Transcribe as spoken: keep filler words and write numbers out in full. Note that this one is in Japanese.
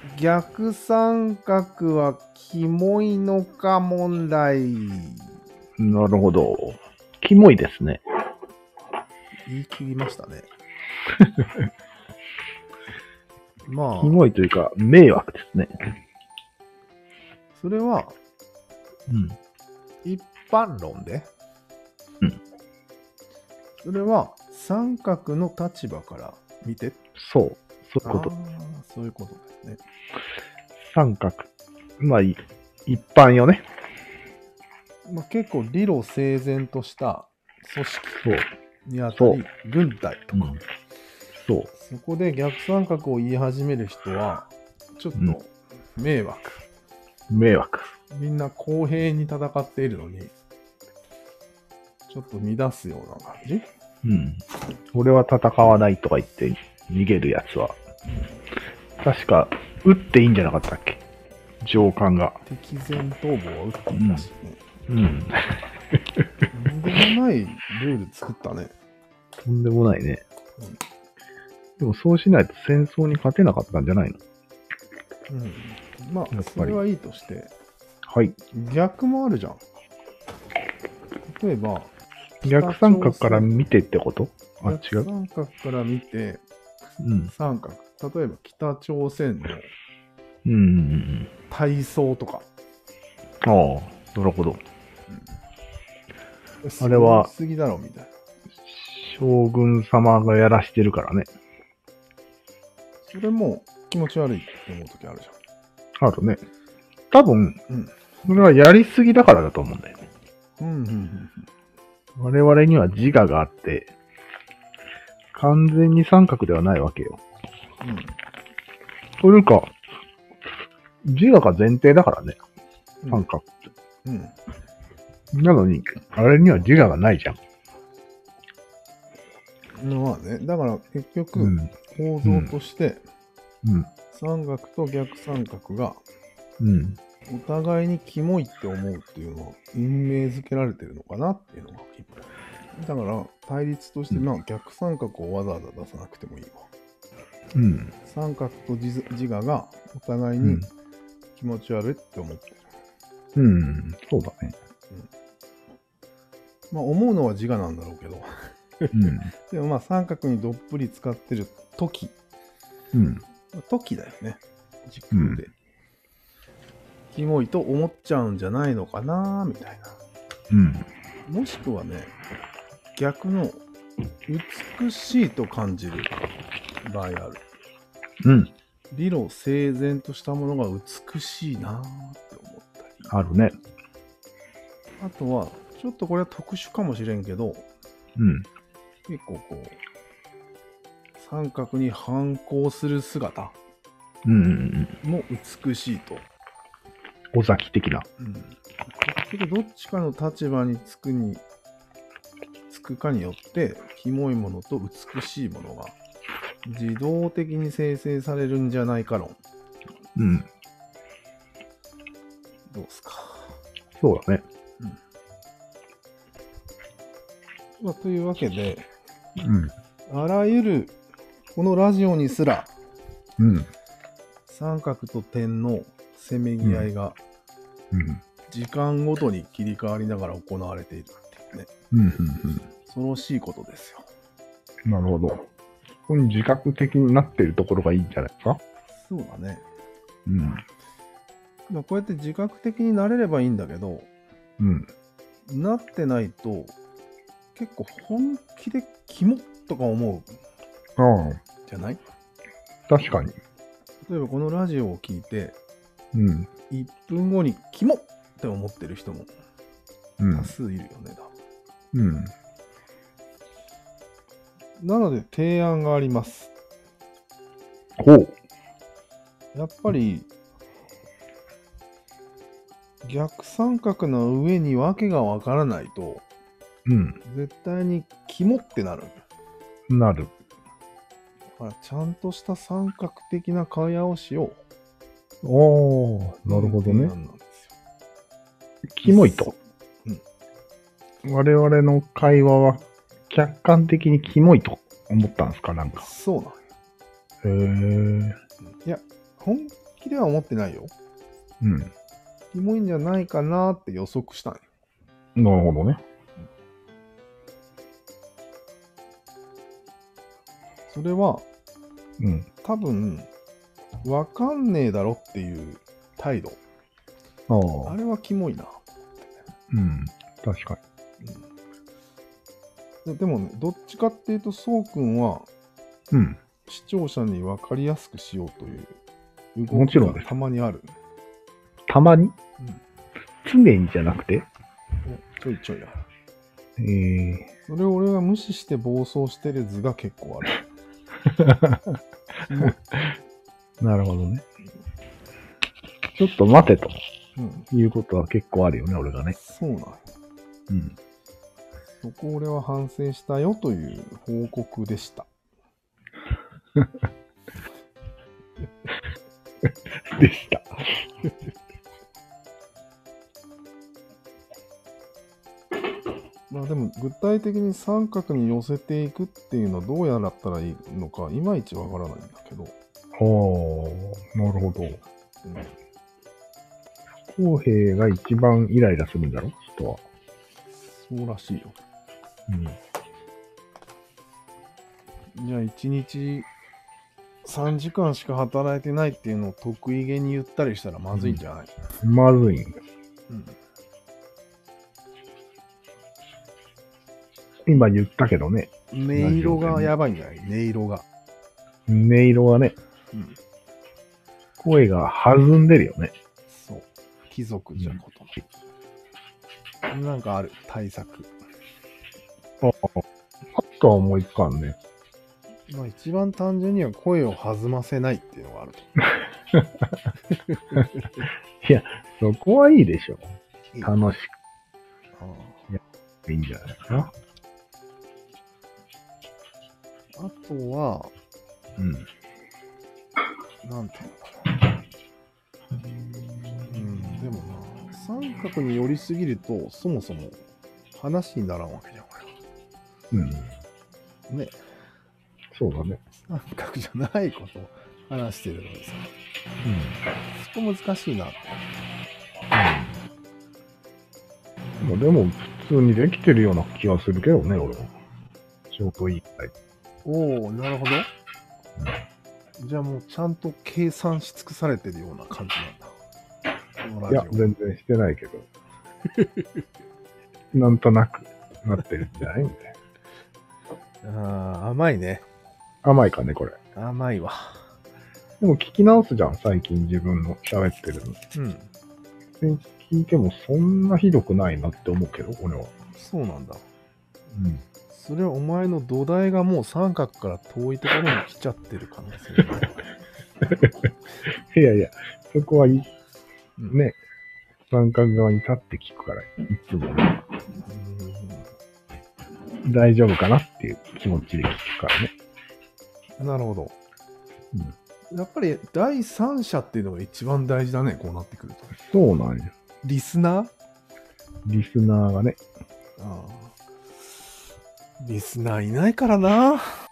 逆三角はキモいのか問題。 なるほど。キモいですね。 言い切りましたね。まあ。 キモいというか、迷惑ですね。 それは、 うん。 一般論で。 うん。 それは、三角の立場から見て。 そう。そういうこと。 ああ、そういうことだよね。 三角。まあ、一般よね。 まあ、結構理路整然とした組織そう。 にあたり、軍隊とか、 うん、そう。 そこで逆三角を言い始める人は、ちょっと迷惑。 うん、迷惑。 みんな公平に戦っているのに、ちょっと乱すような感じ。 うん。俺は戦わないとか言って逃げるやつは、確か、撃っていいんじゃなかったっけ、上官が。 敵前逃亡は撃っていいらしいね。 うん。うん、 とんでもないルール作ったね。 とんでもないね。うん、でもそうしないと戦争に勝てなかったんじゃないの？ うん。まあ、それはいいとして。 はい。 逆もあるじゃん。例えば、 逆三角から見てってこと？あ、違う。 逆三角から見て、うん、三角。例えば北朝鮮の体操とか。 うん、ああ、なるほど。 うん、あれは、すぎだろみたいな。 将軍様がやらしてるからね。 それも気持ち悪いって思うときあるじゃん。あるね。多分、 うん、 それはやりすぎだからだと思うんだよね。 うんうんうんうん、我々には自我があって、完全に三角ではないわけよ。うん。というか、自我が前提だからね。三角って。うん。うん、なのに、あれには自我がないじゃん。 まあね、だから結局、うん、構造として、うん、三角と逆三角が、うん、お互いにキモいって思うっていうのは運命づけられてるのかなっていうのがだから対立として、まあ、逆三角をわざわざ出さなくてもいいわ。うん、三角と自我がお互いに気持ち悪いって思ってる。 うん、うん、そうだね。 うん、まあ思うのは自我なんだろうけど、うん、でもまあ三角にどっぷり使ってる時、うん、時だよね。時空で、うん、キモいと思っちゃうんじゃないのかなみたいな。うん、もしくはね、逆の美しいと感じる場合ある。うん。理路整然としたものが美しいなって思ったり。 あるね。 あとは、ちょっとこれは特殊かもしれんけど、うん。結構こう、三角に反抗する姿も美しいと。 尾崎的な。 うん。結局どっちかの立場につくに、つくかによって、キモいものと美しいものが自動的に生成されるんじゃないか論。うん。どうすか。 そうだね。 うん。まあ、というわけで、うん、あらゆるこのラジオにすら、うん、三角と点のせめぎ合いが、うんうん、時間ごとに切り替わりながら行われているっていうね。うんうんうん、恐ろしいことですよ。 なるほど。ここに自覚的になっているところがいいんじゃないですか。 そうだね。うん。まあ、こうやって自覚的になれればいいんだけど、うん。なってないと、結構本気でキモとか思う。ああ。じゃない？ 確かに。 例えばこのラジオを聞いて、うん。いっぷんごにキモって思ってる人も多数いるよね。うん。うん、なので提案があります。 ほう。 やっぱり、逆三角の上に訳がわからないと、うん、絶対にキモってなる。 なる。 だからちゃんとした三角的な会話をしよう。おー、なるほどね。なんですよ。キモいと。うん、我々の会話は客観的にキモいと思ったんですか、なんか。 そうなんよ。へー。 いや、本気では思ってないよ。 うん。 キモいんじゃないかなって予測したんよ。 なるほどね。 それは、 うん。 多分、わかんねえだろっていう態度。 ああ。 あれはキモいな。 うん。確かに。で, でもね、どっちかっていうと、そうくんは、 うん。 視聴者に分かりやすくしようというもちろんです。 たまにある。 たまに、うん、常にじゃなくてちょいちょいある。 えー、 それを俺が無視して暴走してる図が結構ある。 なるほどね。ちょっと待てと、うん、いうことは結構あるよね、俺がね。 そうなん。 うん。 そこ俺は反省したよという報告でした。 でした。 まあでも具体的に三角に寄せていくっていうのはどうやらったらいいのかいまいちわからないんだけど。 はあ、なるほど。不公平が一番イライラするんだろ、人は。 そうらしいよ。 うん。 じゃあ一日さんじかんしか働いてないっていうのを得意げに言ったりしたらまずいんじゃない？ うん、まずいんだ。うん。今言ったけどね。 音色がやばいんじゃない？音色が。 音色がね。うん。声が弾んでるよね。 そう。貴族じゃこと。うん、なんかある対策。 ああ。パッとは思いつかんね。 まあ一番単純には声を弾ませないっていうのがあると。 いや、そこはいいでしょ。いい楽しく。ああ。いや、いいんじゃないですか。 あとは、 うん。 なんていうのかな。うん、でもな、三角に寄りすぎると、そもそも話にならんわけじゃん、これ。うん。 ね。 そうだね。 三角じゃないことを話してるのでさ。うん。そこ難しいなって。 うん。でも、普通にできてるような気がするけどね、俺は。ちょうどいいタイプ。 おお、なるほど。うん、じゃあもうちゃんと計算し尽くされてるような感じなんだ。 いや、全然してないけど。なんとなくなってるんじゃないみたいな。ああ、甘いね。 甘いかね、これ。 甘いわ。 でも聞き直すじゃん、最近自分の喋ってるの。うん。聞いてもそんなひどくないなって思うけど、俺は。 そうなんだ。 うん。 それはお前の土台がもう三角から遠いところに来ちゃってる可能性がある。 いやいや、そこはいい。うん、ね。三角側に立って聞くから、いつも、ね。大丈夫かなっていう気持ちで聞くからね。 なるほど。うん、やっぱり第三者っていうのが一番大事だね、こうなってくると。 そうなんや。 リスナー？ リスナーがね。 ああ。リスナーいないからな。